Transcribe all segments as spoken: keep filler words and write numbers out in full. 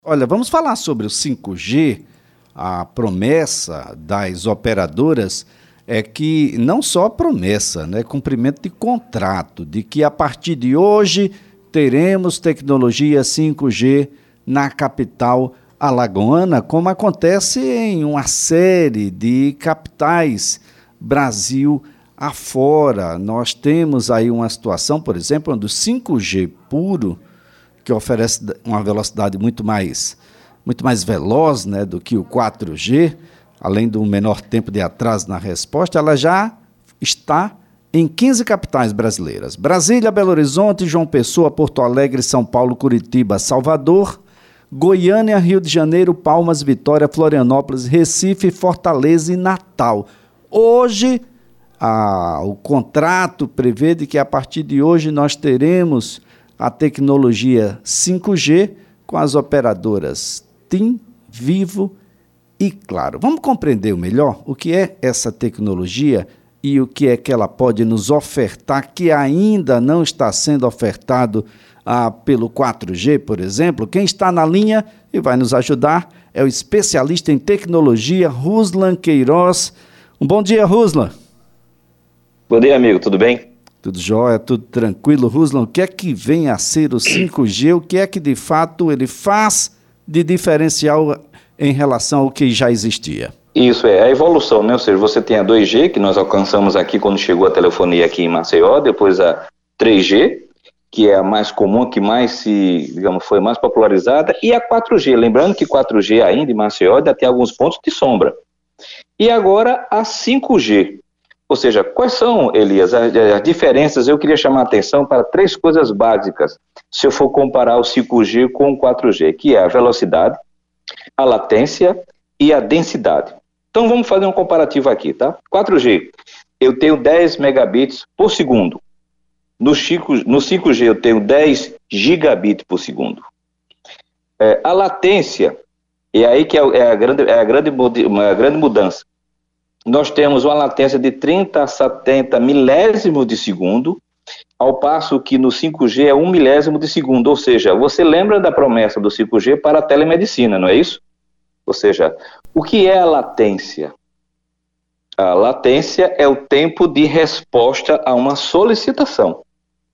Olha, vamos falar sobre o cinco G. A promessa das operadoras é que, não só promessa, né, cumprimento de contrato, de que a partir de hoje teremos tecnologia cinco G na capital alagoana, como acontece em uma série de capitais Brasil afora. Nós temos aí uma situação, por exemplo, onde o cinco G puro, que oferece uma velocidade muito mais, muito mais veloz, né, do que o quatro G, além do menor tempo de atraso na resposta, ela já está em quinze capitais brasileiras: Brasília, Belo Horizonte, João Pessoa, Porto Alegre, São Paulo, Curitiba, Salvador, Goiânia, Rio de Janeiro, Palmas, Vitória, Florianópolis, Recife, Fortaleza e Natal. Hoje, a, o contrato prevê de que a partir de hoje nós teremos a tecnologia cinco G com as operadoras TIM, Vivo e Claro. Vamos compreender melhor o que é essa tecnologia e o que é que ela pode nos ofertar, que ainda não está sendo ofertado ah, pelo quatro G, por exemplo. Quem está na linha e vai nos ajudar é o especialista em tecnologia, Ruslan Queiroz. Um bom dia, Ruslan. Bom dia, amigo, tudo bem? Tudo jóia, tudo tranquilo. Ruslan, o que é que vem a ser o cinco G? O que é que, de fato, ele faz de diferencial em relação ao que já existia? Isso é a evolução, né? Ou seja, você tem a dois G, que nós alcançamos aqui quando chegou a telefonia aqui em Maceió, depois a três G, que é a mais comum, que mais se, digamos, foi mais popularizada, e a quatro G. Lembrando que quatro G ainda em Maceió ainda tem alguns pontos de sombra. E agora a cinco G. Ou seja, quais são, Elias, as, as diferenças? Eu queria chamar a atenção para três coisas básicas, se eu for comparar o cinco G com o quatro G, que é a velocidade, a latência e a densidade. Então vamos fazer um comparativo aqui, tá? quatro G, eu tenho dez megabits por segundo. No cinco G eu tenho dez gigabits por segundo. É, a latência, é aí que é a grande, é a grande, uma grande mudança. Nós temos uma latência de trinta a setenta milésimos de segundo, ao passo que no cinco G é um milésimo de segundo. Ou seja, você lembra da promessa do cinco G para a telemedicina, não é isso? Ou seja, o que é a latência? A latência é o tempo de resposta a uma solicitação.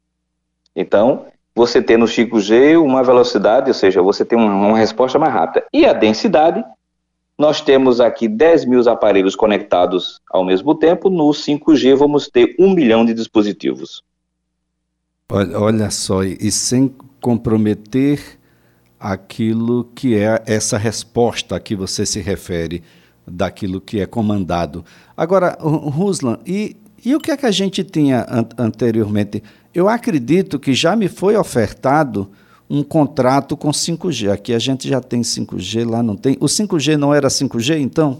Então, você tem no cinco G uma velocidade, ou seja, você tem uma, uma resposta mais rápida. E a densidade? Nós temos aqui dez mil aparelhos conectados ao mesmo tempo. No cinco G vamos ter um milhão de dispositivos. Olha, olha só, e sem comprometer aquilo que é essa resposta a que você se refere, daquilo que é comandado. Agora, Ruslan, e, e o que é que a gente tinha an- anteriormente? Eu acredito que já me foi ofertado um contrato com cinco G. Aqui a gente já tem cinco G, lá não tem. O cinco G não era cinco G, então?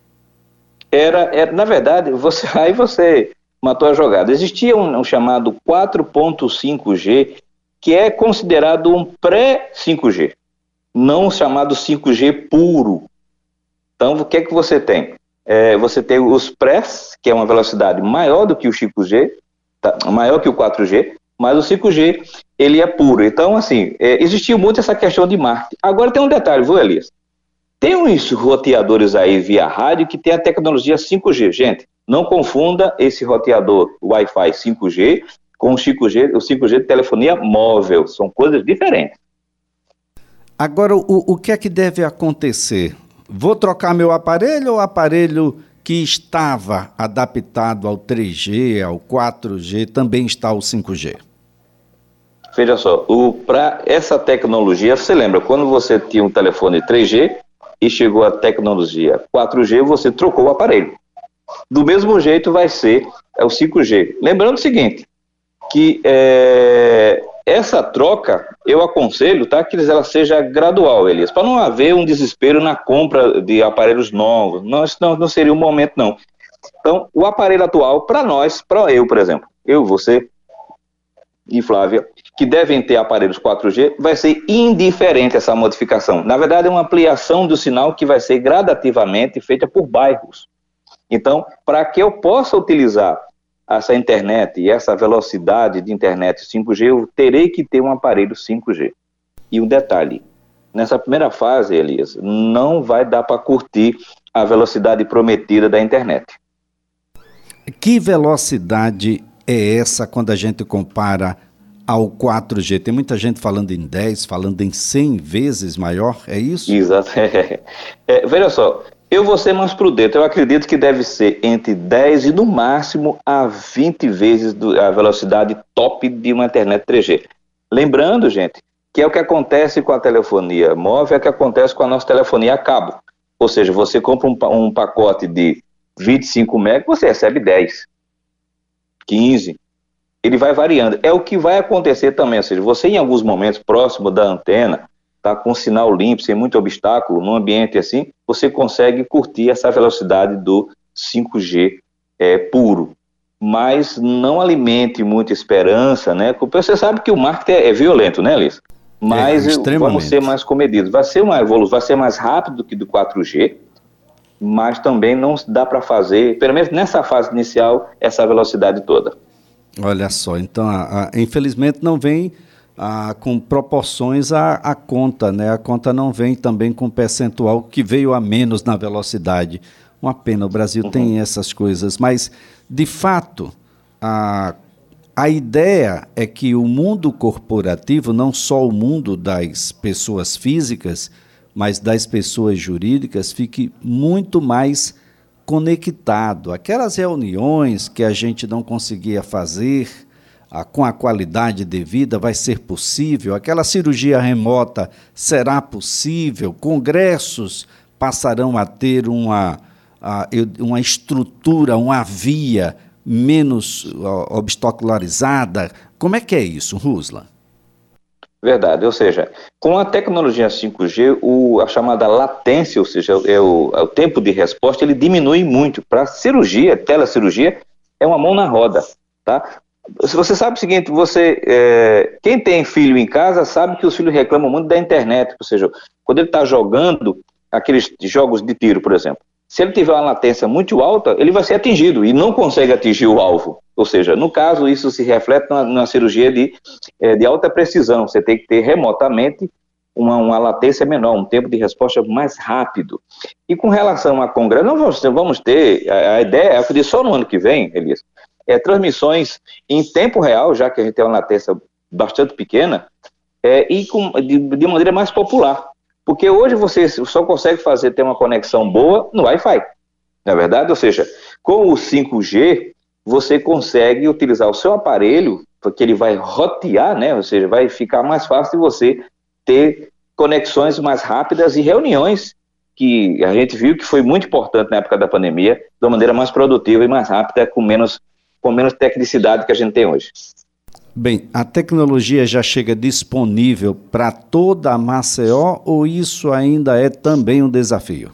Era, era na verdade, você, aí você matou a jogada. Existia um, um chamado quatro ponto cinco G, que é considerado um pré-cinco G, não o chamado cinco G puro. Então, o que é que você tem? É, você tem os prés, que é uma velocidade maior do que o cinco G, tá? Maior que o quatro G, mas o cinco G, ele é puro. Então, assim, é, existiu muito essa questão de marketing. Agora tem um detalhe, viu, Elias? Tem uns roteadores aí via rádio que tem a tecnologia cinco G. Gente, não confunda esse roteador Wi-Fi cinco G com o cinco G, o cinco G de telefonia móvel. São coisas diferentes. Agora, o, o que é que deve acontecer? Vou trocar meu aparelho ou o aparelho que estava adaptado ao três G, ao quatro G, também está ao cinco G? Veja só, para essa tecnologia, você lembra, quando você tinha um telefone três G e chegou a tecnologia quatro G, você trocou o aparelho. Do mesmo jeito vai ser é o cinco G. Lembrando o seguinte, que é, essa troca, eu aconselho, tá, que ela seja gradual, Elias, para não haver um desespero na compra de aparelhos novos. Não, isso não, não seria o momento, não. Então, o aparelho atual, para nós, para eu, por exemplo, eu, você e Flávia, que devem ter aparelhos quatro G, vai ser indiferente essa modificação. Na verdade, é uma ampliação do sinal que vai ser gradativamente feita por bairros. Então, para que eu possa utilizar essa internet e essa velocidade de internet cinco G, eu terei que ter um aparelho cinco G. E um detalhe, nessa primeira fase, Elias, não vai dar para curtir a velocidade prometida da internet. Que velocidade é essa quando a gente compara ao quatro G? Tem muita gente falando em dez, falando em cem vezes maior, é isso? Exato. É, é, veja só, eu vou ser mais prudente, eu acredito que deve ser entre dez e no máximo a vinte vezes do, a velocidade top de uma internet três G. Lembrando, gente, que é o que acontece com a telefonia móvel, é o que acontece com a nossa telefonia a cabo. Ou seja, você compra um, um pacote de vinte e cinco megas, você recebe dez, quinze, ele vai variando. É o que vai acontecer também, ou seja, você em alguns momentos próximo da antena, tá com sinal limpo, sem muito obstáculo, num ambiente assim, você consegue curtir essa velocidade do cinco G é, puro. Mas não alimente muita esperança, né? Porque você sabe que o marketing é, é violento, né, Liz? Mas é, vamos ser mais comedidos. Vai ser uma evolução, vai ser mais rápido do que do quatro G, mas também não dá para fazer, pelo menos nessa fase inicial, essa velocidade toda. Olha só, então, a, a, infelizmente não vem a, com proporções a, a conta, né? A conta não vem também com percentual que veio a menos na velocidade. Uma pena, o Brasil uhum. tem essas coisas, mas, de fato, a A ideia é que o mundo corporativo, não só o mundo das pessoas físicas, mas das pessoas jurídicas, fique muito mais conectado. Aquelas reuniões que a gente não conseguia fazer ah, com a qualidade devida, vai ser possível. Aquela cirurgia remota será possível. Congressos passarão a ter uma, ah, uma estrutura, uma via menos obstacularizada. Como é que é isso, Ruslan? Verdade, ou seja, com a tecnologia cinco G, o, a chamada latência, ou seja, é o, é o tempo de resposta, ele diminui muito. Para cirurgia, telecirurgia, é uma mão na roda, tá? Se você sabe o seguinte, você, é, quem tem filho em casa sabe que os filhos reclamam muito da internet, ou seja, quando ele está jogando aqueles jogos de tiro, por exemplo, se ele tiver uma latência muito alta, ele vai ser atingido e não consegue atingir o alvo. Ou seja, no caso, isso se reflete numa, numa cirurgia de, é, de alta precisão. Você tem que ter remotamente uma, uma latência menor, um tempo de resposta mais rápido. E com relação a congresso, não vamos, vamos ter, a, a ideia, eu acredito só no ano que vem, Elias, é transmissões em tempo real, já que a gente tem uma latência bastante pequena, é, e com, de, de maneira mais popular. Porque hoje você só consegue fazer, ter uma conexão boa no Wi-Fi, não é verdade? Ou seja, com o cinco G, você consegue utilizar o seu aparelho, porque ele vai rotear, né? Ou seja, vai ficar mais fácil de você ter conexões mais rápidas e reuniões, que a gente viu que foi muito importante na época da pandemia, de uma maneira mais produtiva e mais rápida, com menos, com menos tecnicidade que a gente tem hoje. Bem, a tecnologia já chega disponível para toda a Maceió ou isso ainda é também um desafio?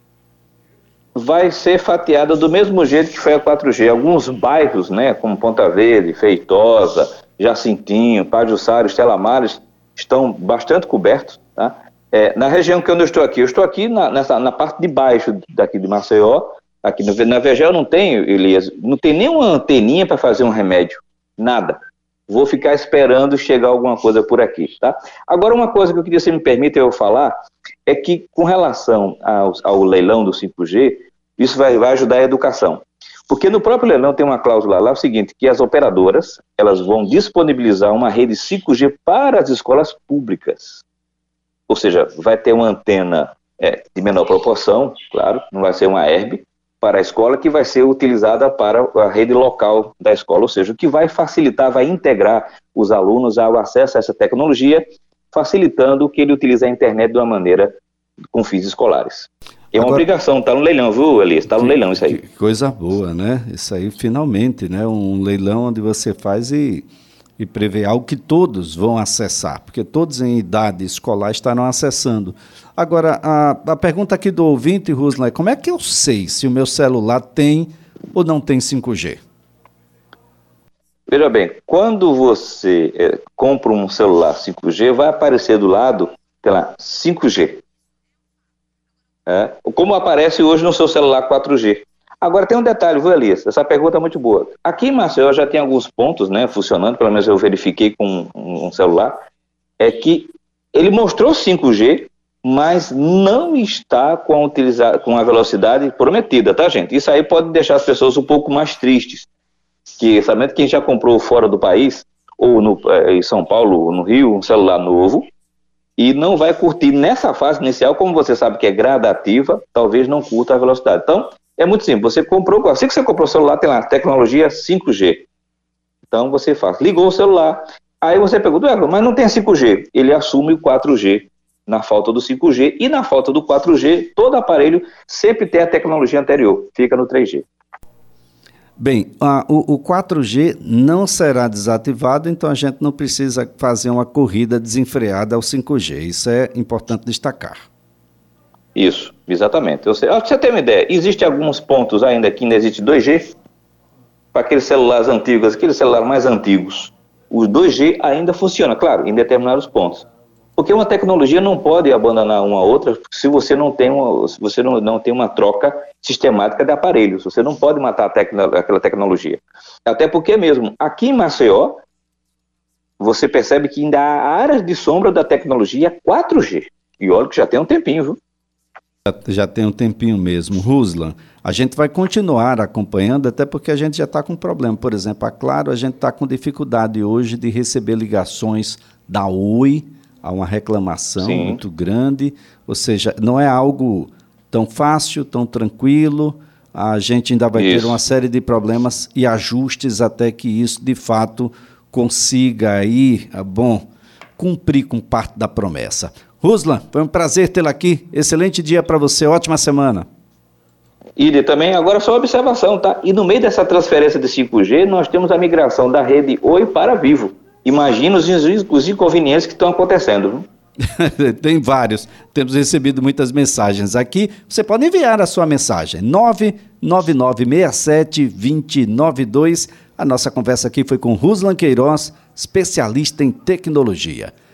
Vai ser fatiada do mesmo jeito que foi a quatro G. Alguns bairros, né, como Ponta Verde, Feitosa, Jacintinho, Pajuçara, Estela Maris, estão bastante cobertos, tá? É, na região que eu estou aqui, eu estou aqui na, nessa, na parte de baixo daqui de Maceió, aqui no, na Vegel não tem, Elias, não tem nenhuma anteninha para fazer um remédio, nada. Vou ficar esperando chegar alguma coisa por aqui, tá? Agora, uma coisa que eu queria, se me permite eu falar, é que com relação ao, ao leilão do cinco G, isso vai, vai ajudar a educação. Porque no próprio leilão tem uma cláusula lá, o seguinte, que as operadoras, elas vão disponibilizar uma rede cinco G para as escolas públicas. Ou seja, vai ter uma antena é, de menor proporção, claro, não vai ser uma Herb, para a escola, que vai ser utilizada para a rede local da escola, ou seja, o que vai facilitar, vai integrar os alunos ao acesso a essa tecnologia, facilitando que ele utilize a internet de uma maneira com fins escolares. É uma Agora, obrigação, está no leilão, viu, Elias? Está no leilão isso aí. Que coisa boa, né? Isso aí, finalmente, né? Um leilão onde você faz e, e prevê algo que todos vão acessar, porque todos em idade escolar estarão acessando. Agora, a, a pergunta aqui do ouvinte, Ruslan, é como é que eu sei se o meu celular tem ou não tem cinco G? Veja bem, quando você é, compra um celular cinco G, vai aparecer do lado, sei lá, cinco G. É, como aparece hoje no seu celular quatro G. Agora tem um detalhe, viu, Elias? Essa pergunta é muito boa. Aqui em Maceió já tem alguns pontos, né, funcionando, pelo menos eu verifiquei com um, um celular, é que ele mostrou cinco G, mas não está com a, utiliza- com a velocidade prometida, tá, gente? Isso aí pode deixar as pessoas um pouco mais tristes, que sabendo que quem já comprou fora do país, ou no, é, em São Paulo, ou no Rio, um celular novo, e não vai curtir nessa fase inicial, como você sabe que é gradativa, talvez não curta a velocidade. Então, é muito simples, você comprou, assim que você comprou o celular, tem lá tecnologia cinco G. Então, você faz, ligou o celular, aí você pergunta, mas não tem cinco G. Ele assume o quatro G na falta do cinco G, e na falta do quatro G, todo aparelho sempre tem a tecnologia anterior, fica no três G. Bem, a, o, o quatro G não será desativado, então a gente não precisa fazer uma corrida desenfreada ao cinco G. Isso é importante destacar. Isso, exatamente. Eu sei, ó, pra você ter uma ideia, existem alguns pontos ainda que ainda existe dois G, para aqueles celulares antigos, aqueles celulares mais antigos, os dois G ainda funciona, claro, em determinados pontos. Porque uma tecnologia não pode abandonar uma outra se você não tem uma, se você não, não tem uma troca sistemática de aparelhos. Você não pode matar a tecno, aquela tecnologia. Até porque mesmo aqui em Maceió, você percebe que ainda há áreas de sombra da tecnologia quatro G. E olha que já tem um tempinho, viu? Já, já tem um tempinho mesmo. Ruslan, a gente vai continuar acompanhando, até porque a gente já está com problema. Por exemplo, a Claro, a gente está com dificuldade hoje de receber ligações da Oi. Há uma reclamação Sim. muito grande, ou seja, não é algo tão fácil, tão tranquilo, a gente ainda vai isso. ter uma série de problemas e ajustes até que isso, de fato, consiga aí, bom, cumprir com parte da promessa. Ruslan, foi um prazer tê-la aqui, excelente dia para você, ótima semana. E também, agora só observação, tá? E no meio dessa transferência de cinco G, nós temos a migração da rede Oi para Vivo. Imagina os, os inconvenientes que estão acontecendo. Tem vários. Temos recebido muitas mensagens aqui. Você pode enviar a sua mensagem. nove nove nove seis sete dois zero nove dois. A nossa conversa aqui foi com Ruslan Queiroz, especialista em tecnologia.